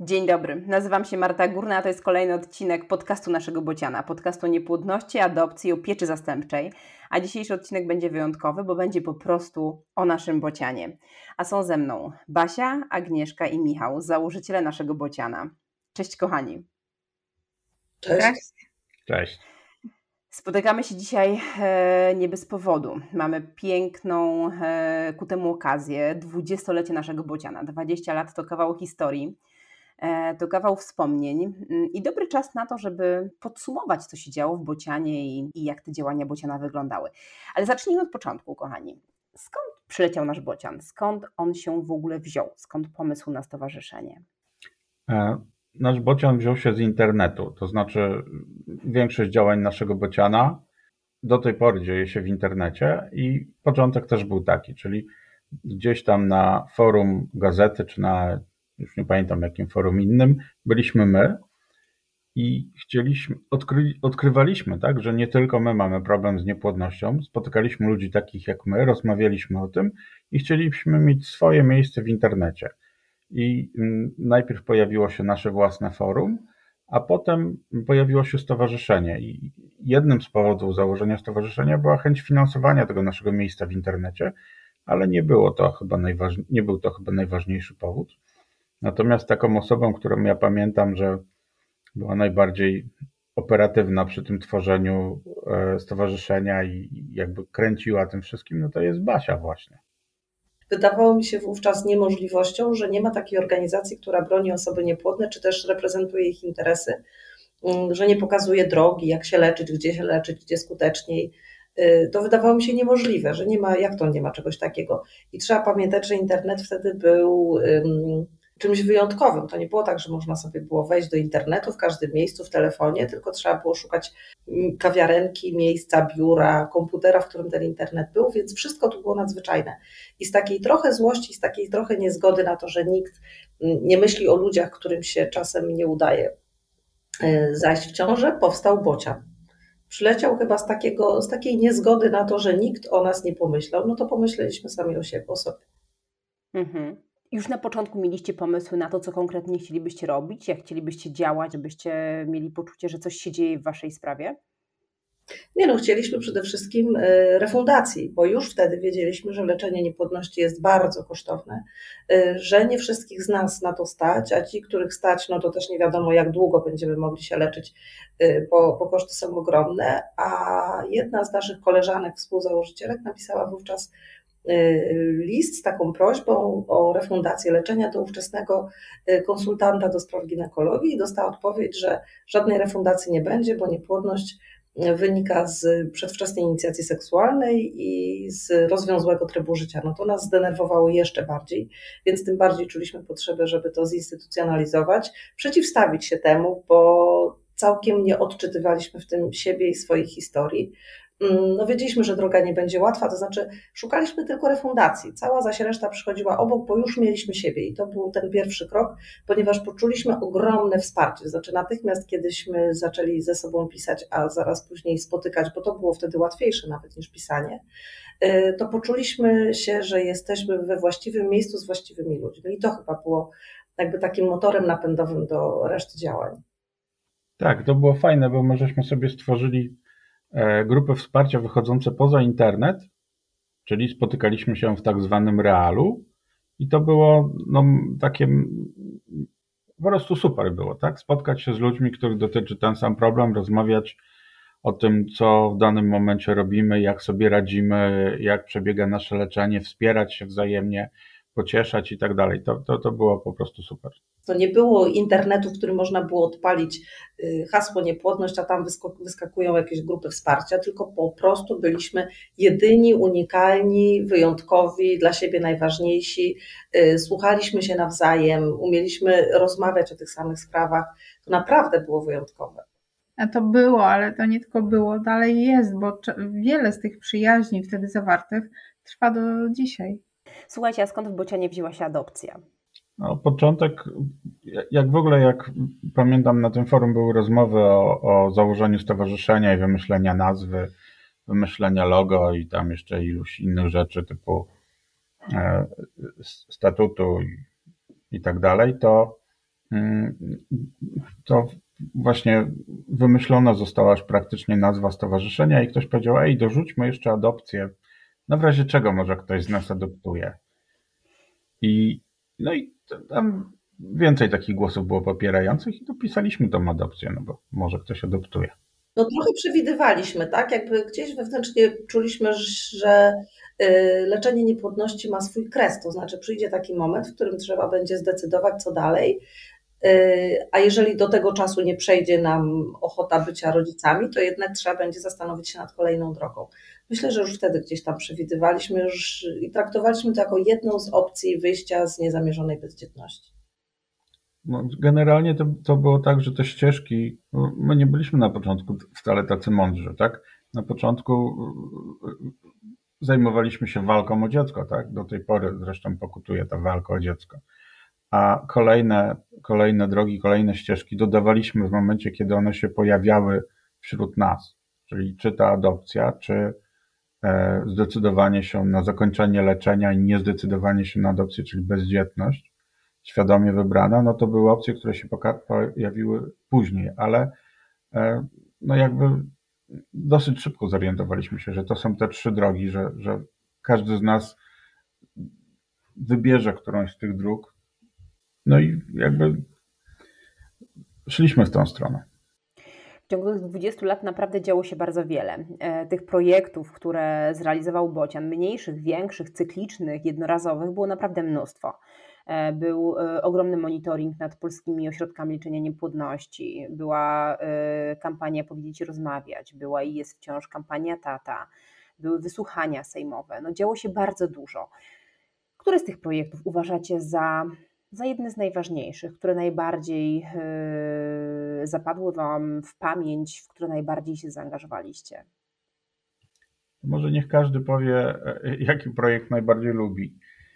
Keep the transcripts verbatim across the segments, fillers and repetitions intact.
Dzień dobry, nazywam się Marta Górna, a to jest kolejny odcinek podcastu naszego Bociana, podcastu o niepłodności, adopcji i opieczy zastępczej. A dzisiejszy odcinek będzie wyjątkowy, bo będzie po prostu o naszym Bocianie. A są ze mną Basia, Agnieszka i Michał, założyciele naszego Bociana. Cześć kochani. Cześć. Cześć. Spotykamy się dzisiaj e, nie bez powodu. Mamy piękną e, ku temu okazję, dwudziestolecie naszego Bociana. dwadzieścia lat to kawał historii. To kawał wspomnień i dobry czas na to, żeby podsumować, co się działo w Bocianie i, i jak te działania Bociana wyglądały. Ale zacznijmy od początku, kochani. Skąd przyleciał nasz Bocian? Skąd on się w ogóle wziął? Skąd pomysł na stowarzyszenie? Nasz Bocian wziął się z internetu, to znaczy większość działań naszego Bociana do tej pory dzieje się w internecie i początek też był taki, czyli gdzieś tam na forum gazety czy na już nie pamiętam jakim forum innym, byliśmy my i chcieliśmy, odkry, odkrywaliśmy, tak, że nie tylko my mamy problem z niepłodnością, spotykaliśmy ludzi takich jak my, rozmawialiśmy o tym i chcieliśmy mieć swoje miejsce w internecie. I najpierw pojawiło się nasze własne forum, a potem pojawiło się stowarzyszenie i jednym z powodów założenia stowarzyszenia była chęć finansowania tego naszego miejsca w internecie, ale nie było to chyba najważ... nie był to chyba najważniejszy powód. Natomiast taką osobą, którą ja pamiętam, że była najbardziej operatywna przy tym tworzeniu stowarzyszenia i jakby kręciła tym wszystkim, no to jest Basia właśnie. Wydawało mi się wówczas niemożliwością, że nie ma takiej organizacji, która broni osoby niepłodne, czy też reprezentuje ich interesy, że nie pokazuje drogi, jak się leczyć, gdzie się leczyć, gdzie skuteczniej. To wydawało mi się niemożliwe, że nie ma, jak to nie ma czegoś takiego. I trzeba pamiętać, że internet wtedy był czymś wyjątkowym. To nie było tak, że można sobie było wejść do internetu w każdym miejscu, w telefonie, tylko trzeba było szukać kawiarenki, miejsca, biura, komputera, w którym ten internet był, więc wszystko tu było nadzwyczajne. I z takiej trochę złości, z takiej trochę niezgody na to, że nikt nie myśli o ludziach, którym się czasem nie udaje zajść w ciążę, powstał Bocian. Przyleciał chyba z, takiego, z takiej niezgody na to, że nikt o nas nie pomyślał, no to pomyśleliśmy sami o siebie, o sobie. Mhm. Już na początku mieliście pomysły na to, co konkretnie chcielibyście robić, jak chcielibyście działać, żebyście mieli poczucie, że coś się dzieje w waszej sprawie? Nie no, chcieliśmy przede wszystkim refundacji, bo już wtedy wiedzieliśmy, że leczenie niepłodności jest bardzo kosztowne, że nie wszystkich z nas na to stać, a ci, których stać, no to też nie wiadomo, jak długo będziemy mogli się leczyć, bo, bo koszty są ogromne, a jedna z naszych koleżanek, współzałożycielek napisała wówczas list z taką prośbą o refundację leczenia do ówczesnego konsultanta do spraw ginekologii i dostała odpowiedź, że żadnej refundacji nie będzie, bo niepłodność wynika z przedwczesnej inicjacji seksualnej i z rozwiązłego trybu życia. No to nas zdenerwowało jeszcze bardziej, więc tym bardziej czuliśmy potrzebę, żeby to zinstytucjonalizować, przeciwstawić się temu, bo całkiem nie odczytywaliśmy w tym siebie i swoich historii. No wiedzieliśmy, że droga nie będzie łatwa, to znaczy szukaliśmy tylko refundacji, cała zaś reszta przychodziła obok, bo już mieliśmy siebie i to był ten pierwszy krok, ponieważ poczuliśmy ogromne wsparcie, to znaczy natychmiast kiedyśmy zaczęli ze sobą pisać, a zaraz później spotykać, bo to było wtedy łatwiejsze nawet niż pisanie, to poczuliśmy się, że jesteśmy we właściwym miejscu z właściwymi ludźmi i to chyba było jakby takim motorem napędowym do reszty działań. Tak, to było fajne, bo my żeśmy sobie stworzyli grupy wsparcia wychodzące poza internet, czyli spotykaliśmy się w tak zwanym realu i to było no, takie po prostu super było, tak? Spotkać się z ludźmi, których dotyczy ten sam problem, rozmawiać o tym, co w danym momencie robimy, jak sobie radzimy, jak przebiega nasze leczenie, wspierać się wzajemnie, pocieszać i tak dalej. To, to, to było po prostu super. To nie było internetu, w którym można było odpalić hasło niepłodność, a tam wyskakują jakieś grupy wsparcia, tylko po prostu byliśmy jedyni, unikalni, wyjątkowi, dla siebie najważniejsi. Słuchaliśmy się nawzajem, umieliśmy rozmawiać o tych samych sprawach. To naprawdę było wyjątkowe. A to było, ale to nie tylko było, dalej jest, bo wiele z tych przyjaźni wtedy zawartych trwa do dzisiaj. Słuchajcie, a skąd w Bocianie wzięła się adopcja? No, początek, jak w ogóle, jak pamiętam, na tym forum były rozmowy o, o założeniu stowarzyszenia i wymyślenia nazwy, wymyślenia logo i tam jeszcze iluś innych rzeczy typu e, statutu i, i tak dalej, to to właśnie wymyślona została już praktycznie nazwa stowarzyszenia i ktoś powiedział, ej, dorzućmy jeszcze adopcję, no w razie czego może ktoś z nas adoptuje. I no i tam więcej takich głosów było popierających i dopisaliśmy tą adopcję, no bo może ktoś adoptuje. No trochę przewidywaliśmy, tak? Jakby gdzieś wewnętrznie czuliśmy, że leczenie niepłodności ma swój kres, to znaczy przyjdzie taki moment, w którym trzeba będzie zdecydować, co dalej, a jeżeli do tego czasu nie przejdzie nam ochota bycia rodzicami, to jednak trzeba będzie zastanowić się nad kolejną drogą. Myślę, że już wtedy gdzieś tam przewidywaliśmy już i traktowaliśmy to jako jedną z opcji wyjścia z niezamierzonej bezdzietności. No, generalnie to, to było tak, że te ścieżki, my nie byliśmy na początku wcale tacy mądrzy, tak? Na początku zajmowaliśmy się walką o dziecko, tak? Do tej pory zresztą pokutuje ta walka o dziecko. A kolejne, kolejne drogi, kolejne ścieżki dodawaliśmy w momencie, kiedy one się pojawiały wśród nas. Czyli czy ta adopcja, czy zdecydowanie się na zakończenie leczenia i niezdecydowanie się na adopcję, czyli bezdzietność, świadomie wybrana, no to były opcje, które się pojawiły później, ale no jakby dosyć szybko zorientowaliśmy się, że to są te trzy drogi, że, że każdy z nas wybierze którąś z tych dróg. No i jakby szliśmy w tą stronę. W ciągu tych dwudziestu lat naprawdę działo się bardzo wiele. Tych projektów, które zrealizował Bocian, mniejszych, większych, cyklicznych, jednorazowych, było naprawdę mnóstwo. Był ogromny monitoring nad polskimi ośrodkami leczenia niepłodności, była kampania Powiedzieć i Rozmawiać, była i jest wciąż kampania Tata, były wysłuchania sejmowe. No działo się bardzo dużo. Które z tych projektów uważacie za, za jedne z najważniejszych, które najbardziej yy, zapadły Wam w pamięć, w które najbardziej się zaangażowaliście? Może niech każdy powie, jaki projekt najbardziej lubi.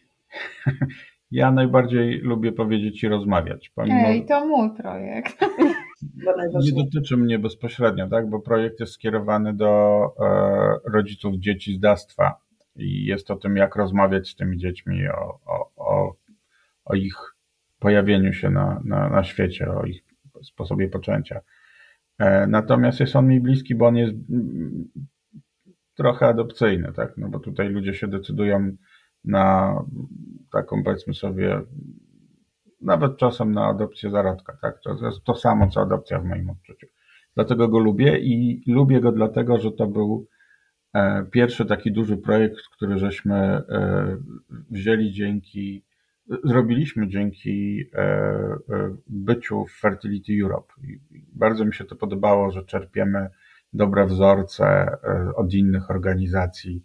Ja najbardziej lubię powiedzieć i rozmawiać. Pomimo... Ej, to mój projekt. Nie dotyczy mnie bezpośrednio, tak? Bo projekt jest skierowany do e, rodziców dzieci z dawstwa i jest o tym, jak rozmawiać z tymi dziećmi, o, o, o, o ich pojawieniu się na, na, na świecie, o ich sposobie poczęcia. E, natomiast jest on mi bliski, bo on jest mm, trochę adopcyjny, tak? No bo tutaj ludzie się decydują na taką, powiedzmy sobie, nawet czasem na adopcję zarodka, tak? To jest to samo, co adopcja w moim odczuciu. Dlatego go lubię i lubię go dlatego, że to był pierwszy taki duży projekt, który żeśmy wzięli dzięki, zrobiliśmy dzięki byciu w Fertility Europe. I bardzo mi się to podobało, że czerpiemy dobre wzorce od innych organizacji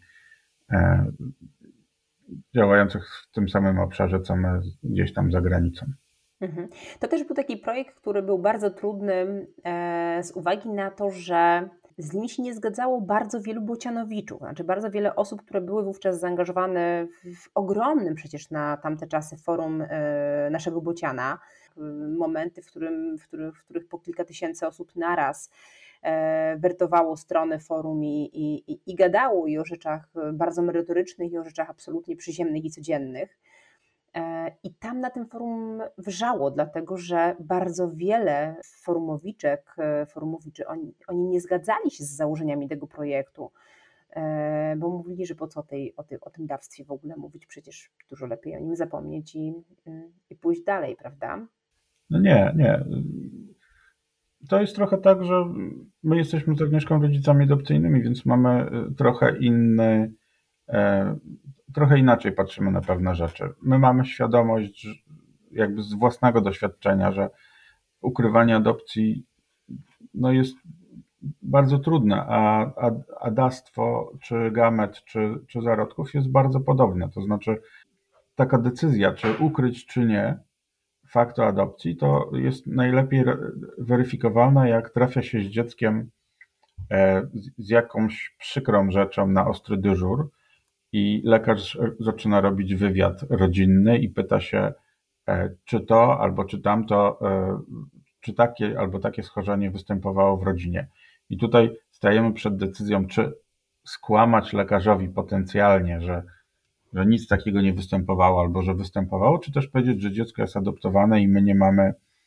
działających w tym samym obszarze, co my gdzieś tam za granicą. Mhm. To też był taki projekt, który był bardzo trudny e, z uwagi na to, że z nimi się nie zgadzało bardzo wielu bocianowiczów, znaczy bardzo wiele osób, które były wówczas zaangażowane w, w ogromnym przecież na tamte czasy forum e, naszego Bociana. Momenty, w, którym, w, których, w których po kilka tysięcy osób naraz e, wertowało strony forum i, i, i, i gadało i o rzeczach bardzo merytorycznych i o rzeczach absolutnie przyziemnych i codziennych. I tam na tym forum wrzało, dlatego że bardzo wiele forumowiczek, forumowiczy, oni, oni nie zgadzali się z założeniami tego projektu, bo mówili, że po co tej, o, tej, o tym dawstwie w ogóle mówić, przecież dużo lepiej o nim zapomnieć i, i pójść dalej, prawda? No nie, nie. To jest trochę tak, że my jesteśmy z Agnieszką rodzicami adopcyjnymi, więc mamy trochę inny Trochę inaczej patrzymy na pewne rzeczy. My mamy świadomość jakby z własnego doświadczenia, że ukrywanie adopcji no jest bardzo trudne, a, a, a dawstwo, czy gamet, czy, czy zarodków jest bardzo podobne. To znaczy taka decyzja, czy ukryć, czy nie faktu adopcji, to jest najlepiej weryfikowalna, jak trafia się z dzieckiem z jakąś przykrą rzeczą na ostry dyżur, i lekarz zaczyna robić wywiad rodzinny i pyta się, czy to albo czy tamto, czy takie albo takie schorzenie występowało w rodzinie. I tutaj stajemy przed decyzją, czy skłamać lekarzowi potencjalnie, że, że nic takiego nie występowało albo że występowało, czy też powiedzieć, że dziecko jest adoptowane i my nie mamy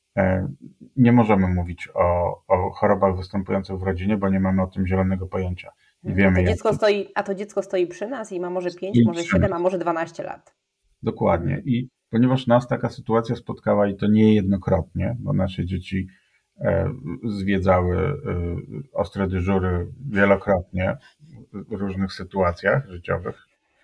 nie możemy mówić o, o chorobach występujących w rodzinie, bo nie mamy o tym zielonego pojęcia. Nie wiemy, a, to jak dziecko stoi, a to dziecko stoi przy nas i ma może pięć, może siedem, a może dwanaście lat. Dokładnie. I ponieważ nas taka sytuacja spotkała i to niejednokrotnie, bo nasze dzieci zwiedzały ostre dyżury wielokrotnie w różnych sytuacjach życiowych,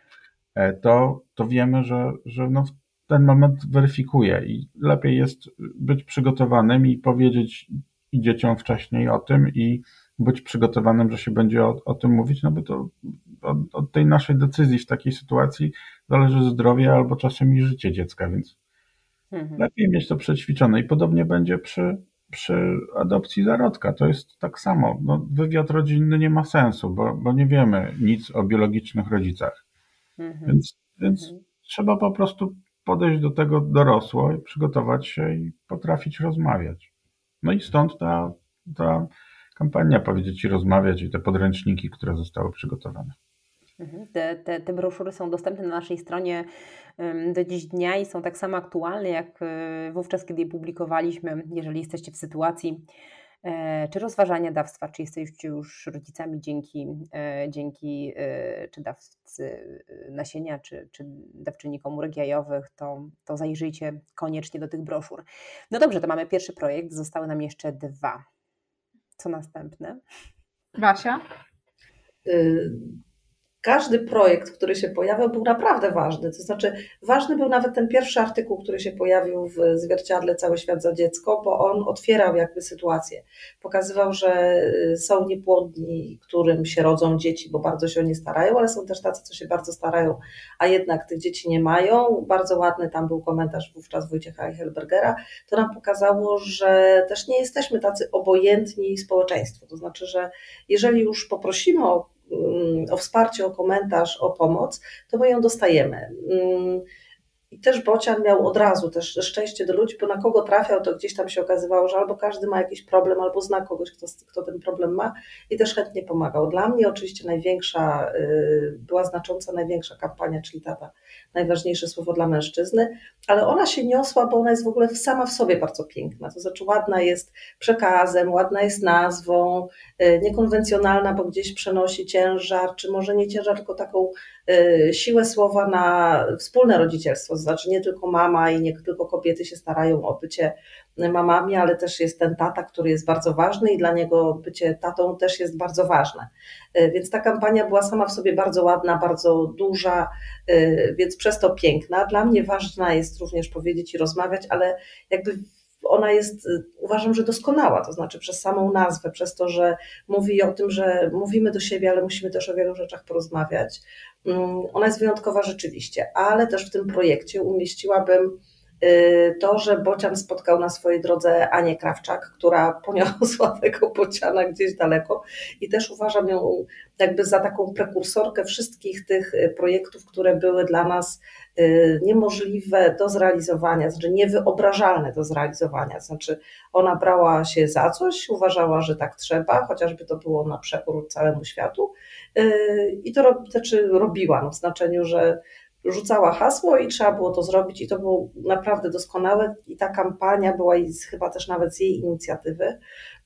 to, to wiemy, że, że no ten moment weryfikuje i lepiej jest być przygotowanym i powiedzieć i dzieciom wcześniej o tym i być przygotowanym, że się będzie o, o tym mówić, no bo to od, od tej naszej decyzji w takiej sytuacji zależy zdrowie albo czasem i życie dziecka, więc mhm. lepiej mieć to przećwiczone i podobnie będzie przy, przy adopcji zarodka. To jest tak samo. No, wywiad rodzinny nie ma sensu, bo, bo nie wiemy nic o biologicznych rodzicach. Mhm. Więc, więc mhm. trzeba po prostu podejść do tego dorosło i przygotować się i potrafić rozmawiać. No i stąd ta, ta kampania Powiedzieć i Rozmawiać i te podręczniki, które zostały przygotowane. Te, te, te broszury są dostępne na naszej stronie do dziś dnia i są tak samo aktualne jak wówczas, kiedy je publikowaliśmy. Jeżeli jesteście w sytuacji czy rozważania dawstwa, czy jesteście już rodzicami dzięki, dzięki czy dawcy nasienia, czy, czy dawczyni komórek jajowych, to, to zajrzyjcie koniecznie do tych broszur. No dobrze, to mamy pierwszy projekt, zostały nam jeszcze dwa. Co następne? Basia? Y- Każdy projekt, który się pojawiał, był naprawdę ważny. To znaczy, ważny był nawet ten pierwszy artykuł, który się pojawił w zwierciadle Cały świat za dziecko, bo on otwierał jakby sytuację. Pokazywał, że są niepłodni, którym się rodzą dzieci, bo bardzo się o nie starają, ale są też tacy, co się bardzo starają, a jednak tych dzieci nie mają. Bardzo ładny tam był komentarz wówczas Wojciecha Eichelbergera. To nam pokazało, że też nie jesteśmy tacy obojętni społeczeństwu. To znaczy, że jeżeli już poprosimy o o wsparcie, o komentarz, o pomoc, to my ją dostajemy. I też Bocian miał od razu też szczęście do ludzi, bo na kogo trafiał, to gdzieś tam się okazywało, że albo każdy ma jakiś problem, albo zna kogoś, kto, kto ten problem ma i też chętnie pomagał. Dla mnie oczywiście największa, była znacząca największa kampania, czyli tata, najważniejsze słowo dla mężczyzny, ale ona się niosła, bo ona jest w ogóle sama w sobie bardzo piękna, to znaczy ładna jest przekazem, ładna jest nazwą, niekonwencjonalna, bo gdzieś przenosi ciężar, czy może nie ciężar, tylko taką siłę słowa na wspólne rodzicielstwo, to znaczy nie tylko mama i nie tylko kobiety się starają o bycie mamami, ale też jest ten tata, który jest bardzo ważny i dla niego bycie tatą też jest bardzo ważne. Więc ta kampania była sama w sobie bardzo ładna, bardzo duża, więc przez to piękna. Dla mnie ważna jest również powiedzieć i rozmawiać, ale jakby ona jest, uważam, że doskonała, to znaczy przez samą nazwę, przez to, że mówi o tym, że mówimy do siebie, ale musimy też o wielu rzeczach porozmawiać. Ona jest wyjątkowa rzeczywiście, ale też w tym projekcie umieściłabym to, że Bocian spotkał na swojej drodze Anię Krawczak, która poniosła tego Bociana gdzieś daleko i też uważam ją jakby za taką prekursorkę wszystkich tych projektów, które były dla nas niemożliwe do zrealizowania, znaczy niewyobrażalne do zrealizowania. Znaczy ona brała się za coś, uważała, że tak trzeba, chociażby to było na przekór całemu światu i to rob, znaczy robiła, no w znaczeniu, że rzucała hasło i trzeba było to zrobić i to było naprawdę doskonałe i ta kampania była i chyba też nawet z jej inicjatywy.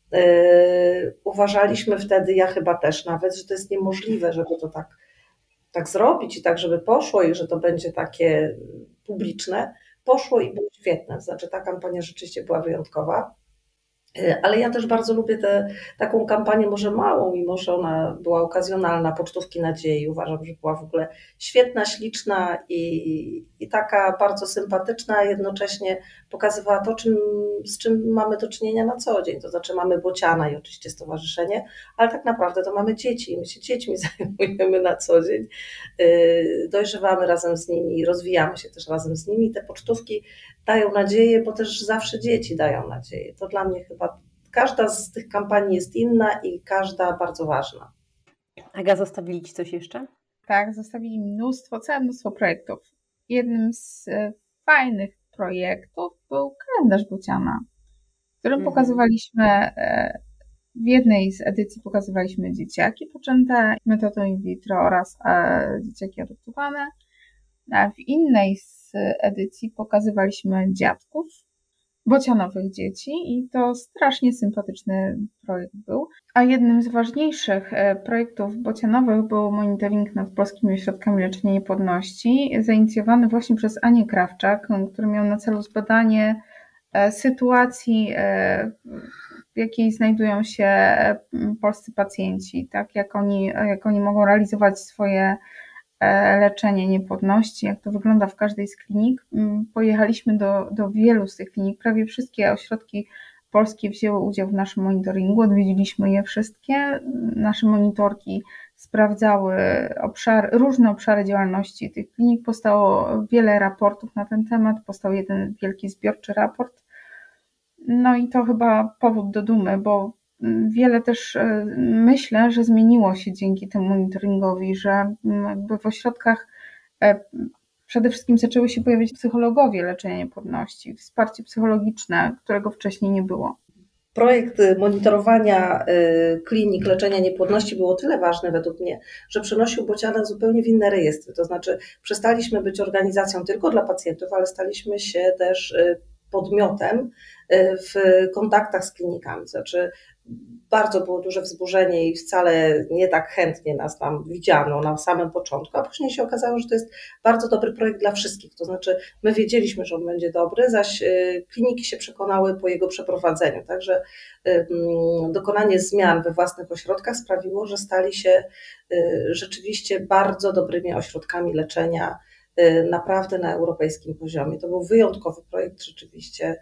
Yy, uważaliśmy wtedy, ja chyba też nawet, że to jest niemożliwe, żeby to tak, tak zrobić i tak, żeby poszło i że to będzie takie publiczne. Poszło i było świetne, znaczy ta kampania rzeczywiście była wyjątkowa. Ale ja też bardzo lubię tę taką kampanię, może małą, mimo że ona była okazjonalna, Pocztówki Nadziei. Uważam, że była w ogóle świetna, śliczna i, i taka bardzo sympatyczna, a jednocześnie pokazywała to, czym, z czym mamy do czynienia na co dzień. To znaczy mamy Bociana i oczywiście stowarzyszenie, ale tak naprawdę to mamy dzieci. My się dziećmi zajmujemy na co dzień. Dojrzewamy razem z nimi, rozwijamy się też razem z nimi. Te pocztówki dają nadzieję, bo też zawsze dzieci dają nadzieję. To dla mnie chyba każda z tych kampanii jest inna i każda bardzo ważna. Aga, zostawili Ci coś jeszcze? Tak, zostawili mnóstwo, całe mnóstwo projektów. Jednym z fajnych projektów był kalendarz Bociana, w którym mhm. pokazywaliśmy, w jednej z edycji pokazywaliśmy dzieciaki poczęte metodą in vitro oraz dzieciaki adoptowane, a w innej z edycji pokazywaliśmy dziadków bocianowych dzieci i to strasznie sympatyczny projekt był. A jednym z ważniejszych projektów bocianowych był monitoring nad polskimi ośrodkami leczenia niepłodności, zainicjowany właśnie przez Anię Krawczak, który miał na celu zbadanie sytuacji, w jakiej znajdują się polscy pacjenci, tak, jak oni, jak oni mogą realizować swoje leczenie niepłodności, jak to wygląda w każdej z klinik. Pojechaliśmy do, do wielu z tych klinik, prawie wszystkie ośrodki polskie wzięły udział w naszym monitoringu, odwiedziliśmy je wszystkie. Nasze monitorki sprawdzały obszar, różne obszary działalności tych klinik. Powstało wiele raportów na ten temat, powstał jeden wielki zbiorczy raport. No i to chyba powód do dumy, bo wiele też myślę, że zmieniło się dzięki temu monitoringowi, że jakby w ośrodkach przede wszystkim zaczęły się pojawiać psychologowie leczenia niepłodności, wsparcie psychologiczne, którego wcześniej nie było. Projekt monitorowania klinik leczenia niepłodności był o tyle ważny według mnie, że przenosił bociana zupełnie w inne rejestry. To znaczy przestaliśmy być organizacją tylko dla pacjentów, ale staliśmy się też podmiotem w kontaktach z klinikami. Znaczy bardzo było duże wzburzenie i wcale nie tak chętnie nas tam widziano na samym początku, a później się okazało, że to jest bardzo dobry projekt dla wszystkich. To znaczy my wiedzieliśmy, że on będzie dobry, zaś kliniki się przekonały po jego przeprowadzeniu. Także dokonanie zmian we własnych ośrodkach sprawiło, że stali się rzeczywiście bardzo dobrymi ośrodkami leczenia, naprawdę na europejskim poziomie. To był wyjątkowy projekt, rzeczywiście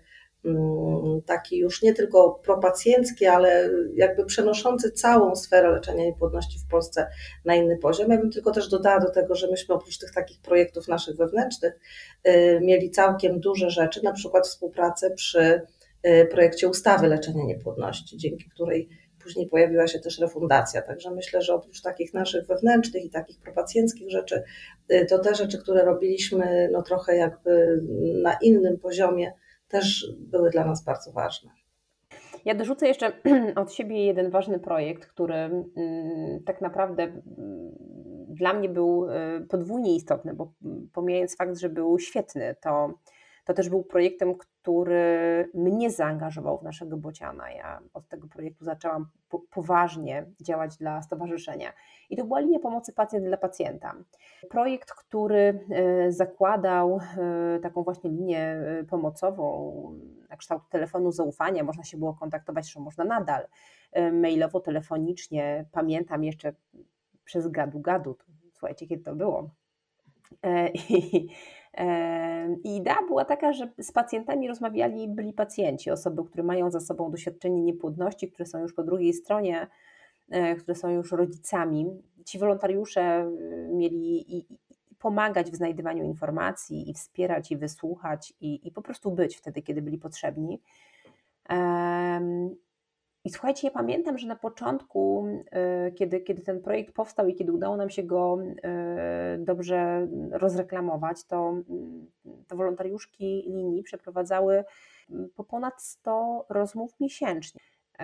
taki już nie tylko propacjencki, ale jakby przenoszący całą sferę leczenia niepłodności w Polsce na inny poziom. Ja bym tylko też dodała do tego, że myśmy oprócz tych takich projektów naszych wewnętrznych mieli całkiem duże rzeczy, na przykład współpracę przy projekcie ustawy leczenia niepłodności, dzięki której później pojawiła się też refundacja. Także myślę, że oprócz takich naszych wewnętrznych i takich propacjenckich rzeczy, to te rzeczy, które robiliśmy no trochę jakby na innym poziomie, też były dla nas bardzo ważne. Ja dorzucę jeszcze od siebie jeden ważny projekt, który tak naprawdę dla mnie był podwójnie istotny, bo pomijając fakt, że był świetny, to, to też był projektem, który mnie zaangażował w naszego bociana. Ja od tego projektu zaczęłam po, poważnie działać dla stowarzyszenia i to była linia pomocy pacjent dla pacjenta. Projekt, który zakładał taką właśnie linię pomocową na kształt telefonu zaufania, można się było kontaktować, zresztą można nadal, mailowo, telefonicznie, pamiętam jeszcze przez gadu-gadu, słuchajcie, kiedy to było. I, I idea była taka, że z pacjentami rozmawiali byli pacjenci, osoby, które mają za sobą doświadczenie niepłodności, które są już po drugiej stronie, które są już rodzicami. Ci wolontariusze mieli i, i pomagać w znajdywaniu informacji i wspierać i wysłuchać i, i po prostu być wtedy, kiedy byli potrzebni. I słuchajcie, ja pamiętam, że na początku, kiedy, kiedy ten projekt powstał i kiedy udało nam się go dobrze rozreklamować, to, to wolontariuszki linii przeprowadzały po ponad sto rozmów miesięcznie.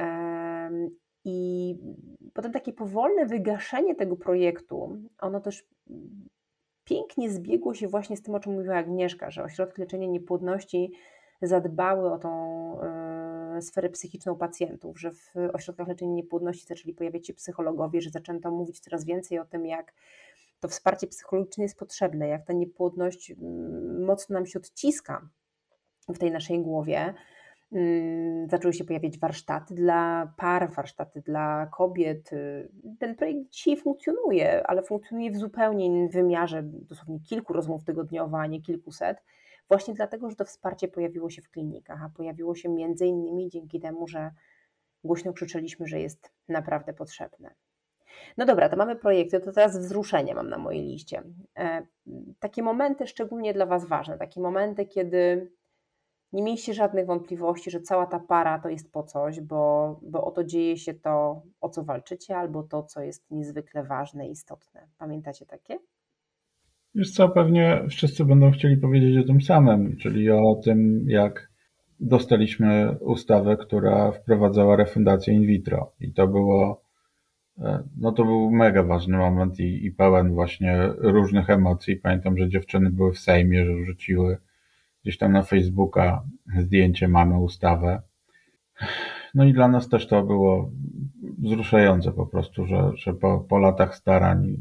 I potem takie powolne wygaszenie tego projektu, ono też pięknie zbiegło się właśnie z tym, o czym mówiła Agnieszka, że ośrodki leczenia niepłodności zadbały o tą sferę psychiczną pacjentów, że w ośrodkach leczenia niepłodności zaczęli pojawiać się psychologowie, że zaczęto mówić coraz więcej o tym, jak to wsparcie psychologiczne jest potrzebne, jak ta niepłodność mocno nam się odciska w tej naszej głowie. Zaczęły się pojawiać warsztaty dla par, warsztaty dla kobiet. Ten projekt dzisiaj funkcjonuje, ale funkcjonuje w zupełnie innym wymiarze, dosłownie kilku rozmów tygodniowo, a nie kilkuset. Właśnie dlatego, że to wsparcie pojawiło się w klinikach, a pojawiło się między innymi dzięki temu, że głośno krzyczeliśmy, że jest naprawdę potrzebne. No dobra, to mamy projekty, to teraz wzruszenie mam na mojej liście. Takie momenty szczególnie dla Was ważne, takie momenty, kiedy nie mieliście żadnych wątpliwości, że cała ta para to jest po coś, bo, bo oto dzieje się to, o co walczycie, albo to, co jest niezwykle ważne i istotne. Pamiętacie takie? Wiesz co, pewnie wszyscy będą chcieli powiedzieć o tym samym, czyli o tym, jak dostaliśmy ustawę, która wprowadzała refundację in vitro. I to było, no to był mega ważny moment i, i pełen właśnie różnych emocji. Pamiętam, że dziewczyny były w Sejmie, że rzuciły gdzieś tam na Facebooka zdjęcie, mamy ustawę. No i dla nas też to było wzruszające po prostu, że, że po, po latach starań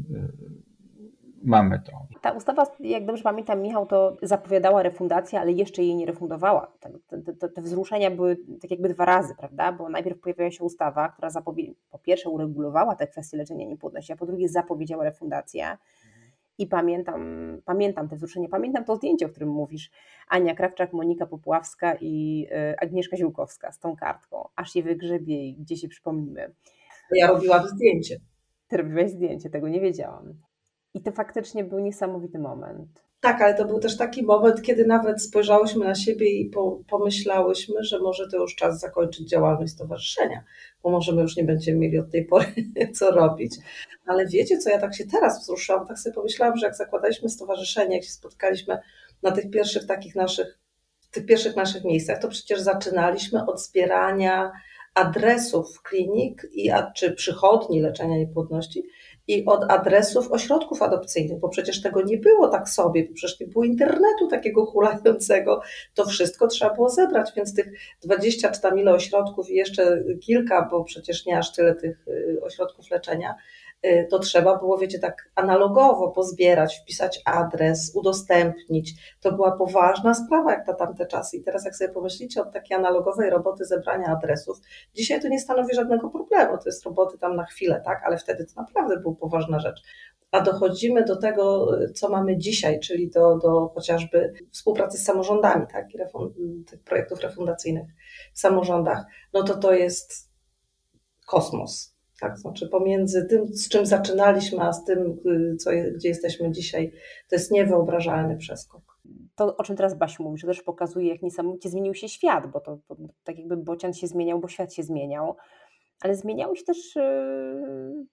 mamy to. Ta ustawa, jak dobrze pamiętam, Michał, to zapowiadała refundację, ale jeszcze jej nie refundowała. Te, te, te wzruszenia były tak jakby dwa razy, prawda? Bo najpierw pojawiła się ustawa, która zapowie- po pierwsze uregulowała te kwestie leczenia niepłodności, a po drugie zapowiedziała refundację. I pamiętam, pamiętam te wzruszenia, pamiętam to zdjęcie, o którym mówisz. Ania Krawczak, Monika Popławska i Agnieszka Ziółkowska z tą kartką. Aż je wygrzebie i gdzie się przypomnimy. Ja robiłam zdjęcie. Ty robiłaś zdjęcie, tego nie wiedziałam. I to faktycznie był niesamowity moment. Tak, ale to był też taki moment, kiedy nawet spojrzałyśmy na siebie i po, pomyślałyśmy, że może to już czas zakończyć działalność stowarzyszenia, bo może my już nie będziemy mieli od tej pory co robić. Ale wiecie co, ja tak się teraz wzruszyłam, tak sobie pomyślałam, że jak zakładaliśmy stowarzyszenie, jak się spotkaliśmy na tych pierwszych takich naszych, tych pierwszych naszych miejscach, to przecież zaczynaliśmy od zbierania adresów klinik i, czy przychodni leczenia niepłodności i od adresów ośrodków adopcyjnych, bo przecież tego nie było tak sobie, bo przecież nie było internetu takiego hulającego, to wszystko trzeba było zebrać, więc tych dwadzieścia czy tam ile ośrodków i jeszcze kilka, bo przecież nie aż tyle tych ośrodków leczenia, to trzeba było, wiecie, tak analogowo pozbierać, wpisać adres, udostępnić. To była poważna sprawa jak na tamte czasy. I teraz jak sobie pomyślicie od takiej analogowej roboty zebrania adresów, dzisiaj to nie stanowi żadnego problemu, to jest roboty tam na chwilę, tak, ale wtedy to naprawdę była poważna rzecz. A dochodzimy do tego, co mamy dzisiaj, czyli do, do chociażby współpracy z samorządami, tak, i refund, tych projektów refundacyjnych w samorządach, no to to jest kosmos. Tak, znaczy pomiędzy tym, z czym zaczynaliśmy, a z tym, co, gdzie jesteśmy dzisiaj, to jest niewyobrażalny przeskok. To, o czym teraz Basiu mówisz, to też pokazuje, jak niesamowicie zmienił się świat, bo to, to tak jakby bocian się zmieniał, bo świat się zmieniał, ale zmieniały się też yy,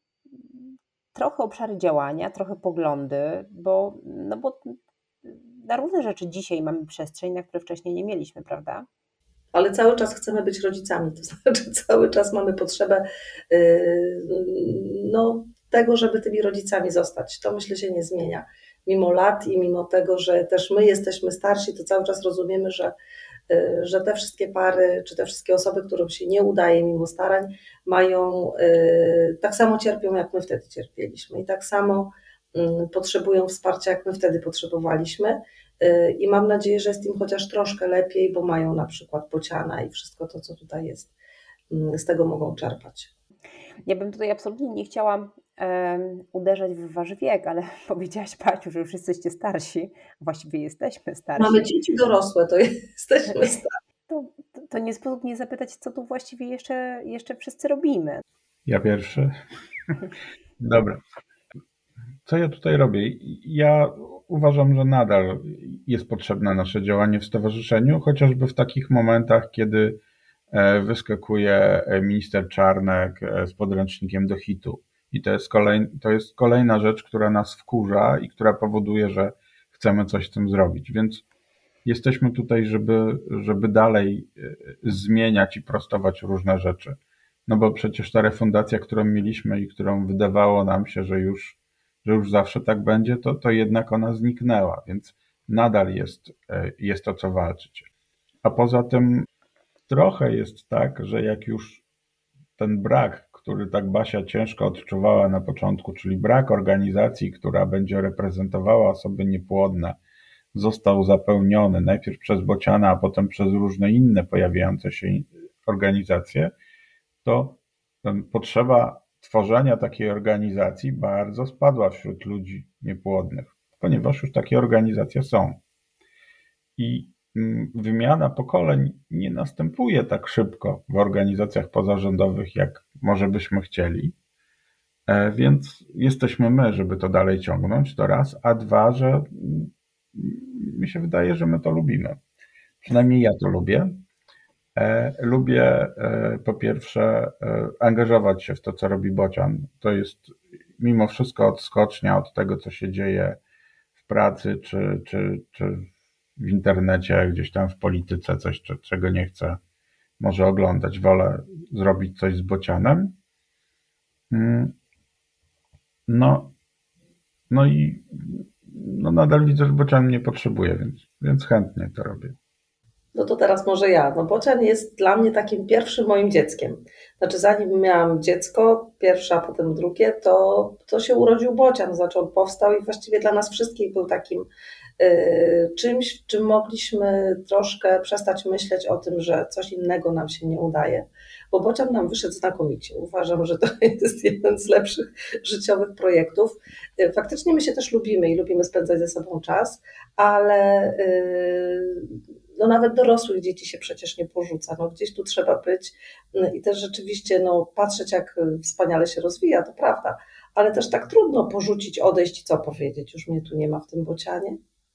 trochę obszary działania, trochę poglądy, bo, no bo na różne rzeczy dzisiaj mamy przestrzeń, na które wcześniej nie mieliśmy, prawda? Ale cały czas chcemy być rodzicami, to znaczy cały czas mamy potrzebę no, tego, żeby tymi rodzicami zostać. To myślę się nie zmienia. Mimo lat i mimo tego, że też my jesteśmy starsi, to cały czas rozumiemy, że, że te wszystkie pary, czy te wszystkie osoby, którym się nie udaje mimo starań, mają, tak samo cierpią, jak my wtedy cierpieliśmy i tak samo potrzebują wsparcia, jak my wtedy potrzebowaliśmy. I mam nadzieję, że jest im chociaż troszkę lepiej, bo mają na przykład bociana i wszystko to, co tutaj jest, z tego mogą czerpać. Ja bym tutaj absolutnie nie chciała um, uderzać w wasz wiek, ale powiedziałaś, Paciu, że już jesteście starsi. Właściwie jesteśmy starsi. Mamy dzieci dorosłe, to jesteśmy starsi. To, to, to nie sposób nie zapytać, co tu właściwie jeszcze, jeszcze wszyscy robimy. Ja pierwszy? Dobra. Co ja tutaj robię? Ja uważam, że nadal jest potrzebne nasze działanie w stowarzyszeniu, chociażby w takich momentach, kiedy wyskakuje minister Czarnek z podręcznikiem do hitu. I to jest, kolej, to jest kolejna rzecz, która nas wkurza i która powoduje, że chcemy coś z tym zrobić. Więc jesteśmy tutaj, żeby, żeby dalej zmieniać i prostować różne rzeczy. No bo przecież ta refundacja, którą mieliśmy i którą wydawało nam się, że już, że już zawsze tak będzie, to, to jednak ona zniknęła, więc nadal jest, jest o co walczyć. A poza tym trochę jest tak, że jak już ten brak, który tak Basia ciężko odczuwała na początku, czyli brak organizacji, która będzie reprezentowała osoby niepłodne, został zapełniony najpierw przez Bociana, a potem przez różne inne pojawiające się organizacje, to potrzeba tworzenia takiej organizacji bardzo spadła wśród ludzi niepłodnych, ponieważ już takie organizacje są. I wymiana pokoleń nie następuje tak szybko w organizacjach pozarządowych, jak może byśmy chcieli, więc jesteśmy my, żeby to dalej ciągnąć, to raz, a dwa, że mi się wydaje, że my to lubimy. Przynajmniej ja to lubię. Lubię po pierwsze angażować się w to, co robi Bocian. To jest mimo wszystko odskocznia od tego, co się dzieje w pracy czy, czy, czy w internecie, gdzieś tam w polityce, coś, czego nie chcę może oglądać. Wolę zrobić coś z Bocianem. No, no i no nadal widzę, że bocian mnie potrzebuje, więc, więc chętnie to robię. No to teraz może ja. No bocian jest dla mnie takim pierwszym moim dzieckiem. Znaczy zanim miałam dziecko, pierwsze, a potem drugie, to, to się urodził bocian, znaczy on powstał i właściwie dla nas wszystkich był takim y, czymś, w czym mogliśmy troszkę przestać myśleć o tym, że coś innego nam się nie udaje, bo bocian nam wyszedł znakomicie. Uważam, że to jest jeden z lepszych życiowych projektów. Y, faktycznie my się też lubimy i lubimy spędzać ze sobą czas, ale y, no nawet dorosłych dzieci się przecież nie porzuca, no gdzieś tu trzeba być i też rzeczywiście no, patrzeć jak wspaniale się rozwija, to prawda, ale też tak trudno porzucić, odejść i co powiedzieć, już mnie tu nie ma w tym bocianie.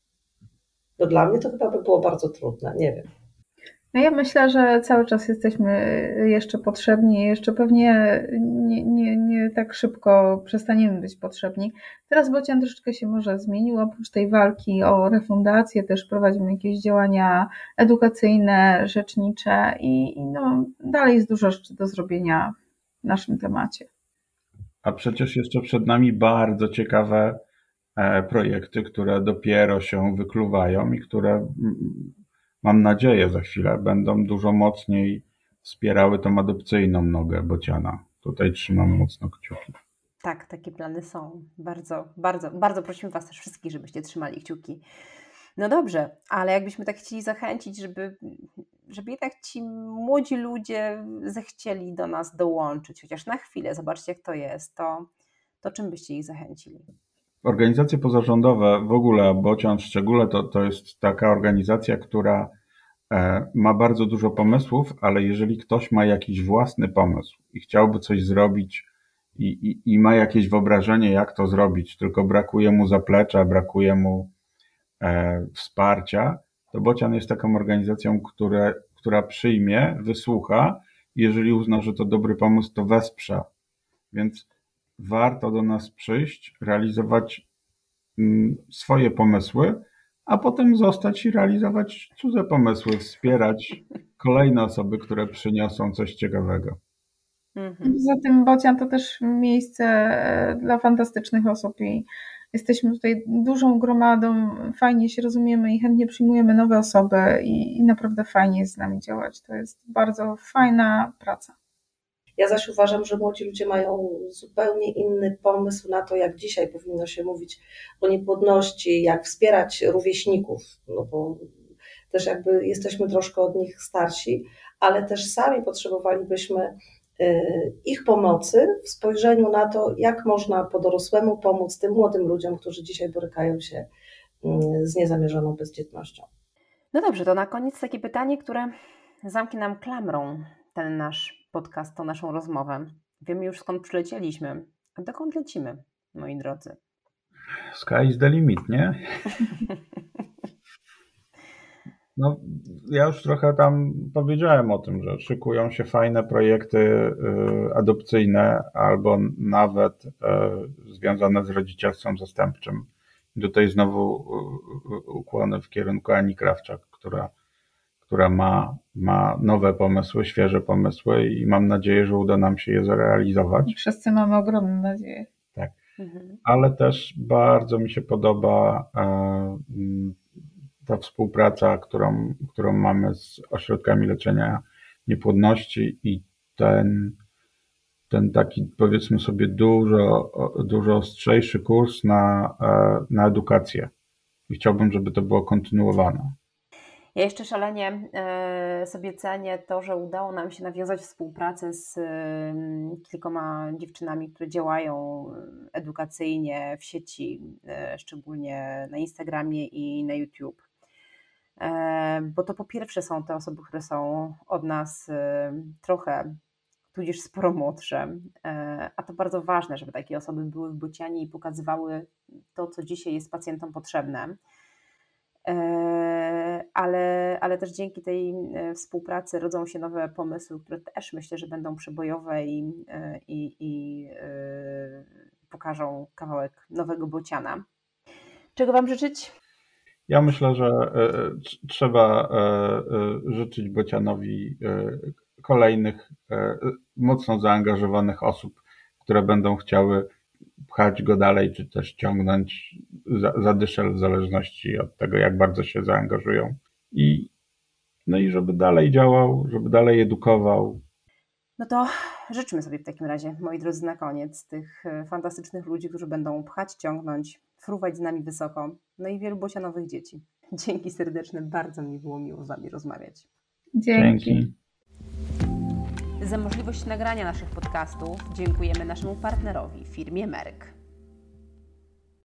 No dla mnie to chyba by było bardzo trudne, nie wiem. No ja myślę, że cały czas jesteśmy jeszcze potrzebni, jeszcze pewnie nie, nie, nie tak szybko przestaniemy być potrzebni. Teraz bocian troszeczkę się może zmienił, oprócz tej walki o refundację też prowadzimy jakieś działania edukacyjne, rzecznicze i, i no, dalej jest dużo rzeczy do zrobienia w naszym temacie. A przecież jeszcze przed nami bardzo ciekawe projekty, które dopiero się wykluwają i które mam nadzieję za chwilę będą dużo mocniej wspierały tą adopcyjną nogę bociana. Tutaj trzymam mocno kciuki. Tak, takie plany są. Bardzo, bardzo, bardzo prosimy Was też wszystkich, żebyście trzymali kciuki. No dobrze, ale jakbyśmy tak chcieli zachęcić, żeby, żeby jednak ci młodzi ludzie zechcieli do nas dołączyć, chociaż na chwilę, zobaczcie jak to jest, to, to czym byście ich zachęcili? Organizacje pozarządowe, w ogóle Bocian w szczególe, to, to jest taka organizacja, która ma bardzo dużo pomysłów, ale jeżeli ktoś ma jakiś własny pomysł i chciałby coś zrobić i, i, i ma jakieś wyobrażenie, jak to zrobić, tylko brakuje mu zaplecza, brakuje mu e, wsparcia, to Bocian jest taką organizacją, które, która przyjmie, wysłucha i jeżeli uzna, że to dobry pomysł, to wesprze. Więc warto do nas przyjść, realizować mm, swoje pomysły, a potem zostać i realizować cudze pomysły, wspierać kolejne osoby, które przyniosą coś ciekawego. Mhm. Poza tym Bocian to też miejsce dla fantastycznych osób i jesteśmy tutaj dużą gromadą, fajnie się rozumiemy i chętnie przyjmujemy nowe osoby i, i naprawdę fajnie jest z nami działać. To jest bardzo fajna praca. Ja zaś uważam, że młodzi ludzie mają zupełnie inny pomysł na to, jak dzisiaj powinno się mówić o niepłodności, jak wspierać rówieśników, no bo też jakby jesteśmy troszkę od nich starsi, ale też sami potrzebowalibyśmy ich pomocy w spojrzeniu na to, jak można po dorosłemu pomóc tym młodym ludziom, którzy dzisiaj borykają się z niezamierzoną bezdzietnością. No dobrze, to na koniec takie pytanie, które zamknie nam klamrą ten nasz podcast, tą naszą rozmowę. Wiemy już skąd przylecieliśmy, a dokąd lecimy, moi drodzy? Sky is the limit, nie? No, ja już trochę tam powiedziałem o tym, że szykują się fajne projekty adopcyjne albo nawet związane z rodzicielstwem zastępczym. I tutaj znowu ukłony w kierunku Ani Krawczak, która, która ma, ma nowe pomysły, świeże pomysły i mam nadzieję, że uda nam się je zrealizować. Wszyscy mamy ogromną nadzieję. Tak, mhm. Ale też bardzo mi się podoba ta współpraca, którą, którą mamy z ośrodkami leczenia niepłodności i ten, ten taki, powiedzmy sobie, dużo, dużo ostrzejszy kurs na, na edukację. I chciałbym, żeby to było kontynuowane. Ja jeszcze szalenie sobie cenię to, że udało nam się nawiązać współpracę z kilkoma dziewczynami, które działają edukacyjnie w sieci, szczególnie na Instagramie i na YouTube. Bo to po pierwsze są te osoby, które są od nas trochę, tudzież sporo młodsze, a to bardzo ważne, żeby takie osoby były w Bocianie i pokazywały to, co dzisiaj jest pacjentom potrzebne. Ale, ale też dzięki tej współpracy rodzą się nowe pomysły, które też myślę, że będą przebojowe i, i, i pokażą kawałek nowego Bociana. Czego Wam życzyć? Ja myślę, że trzeba życzyć Bocianowi kolejnych mocno zaangażowanych osób, które będą chciały pchać go dalej, czy też ciągnąć zadyszel w zależności od tego, jak bardzo się zaangażują. I, no i żeby dalej działał, żeby dalej edukował. No to życzmy sobie w takim razie, moi drodzy, na koniec tych fantastycznych ludzi, którzy będą pchać, ciągnąć, fruwać z nami wysoko, no i wielu bocianowych dzieci. Dzięki serdeczne, bardzo mi było miło z Wami rozmawiać. Dzięki. Dzięki. Za możliwość nagrania naszych podcastów dziękujemy naszemu partnerowi, firmie Merck.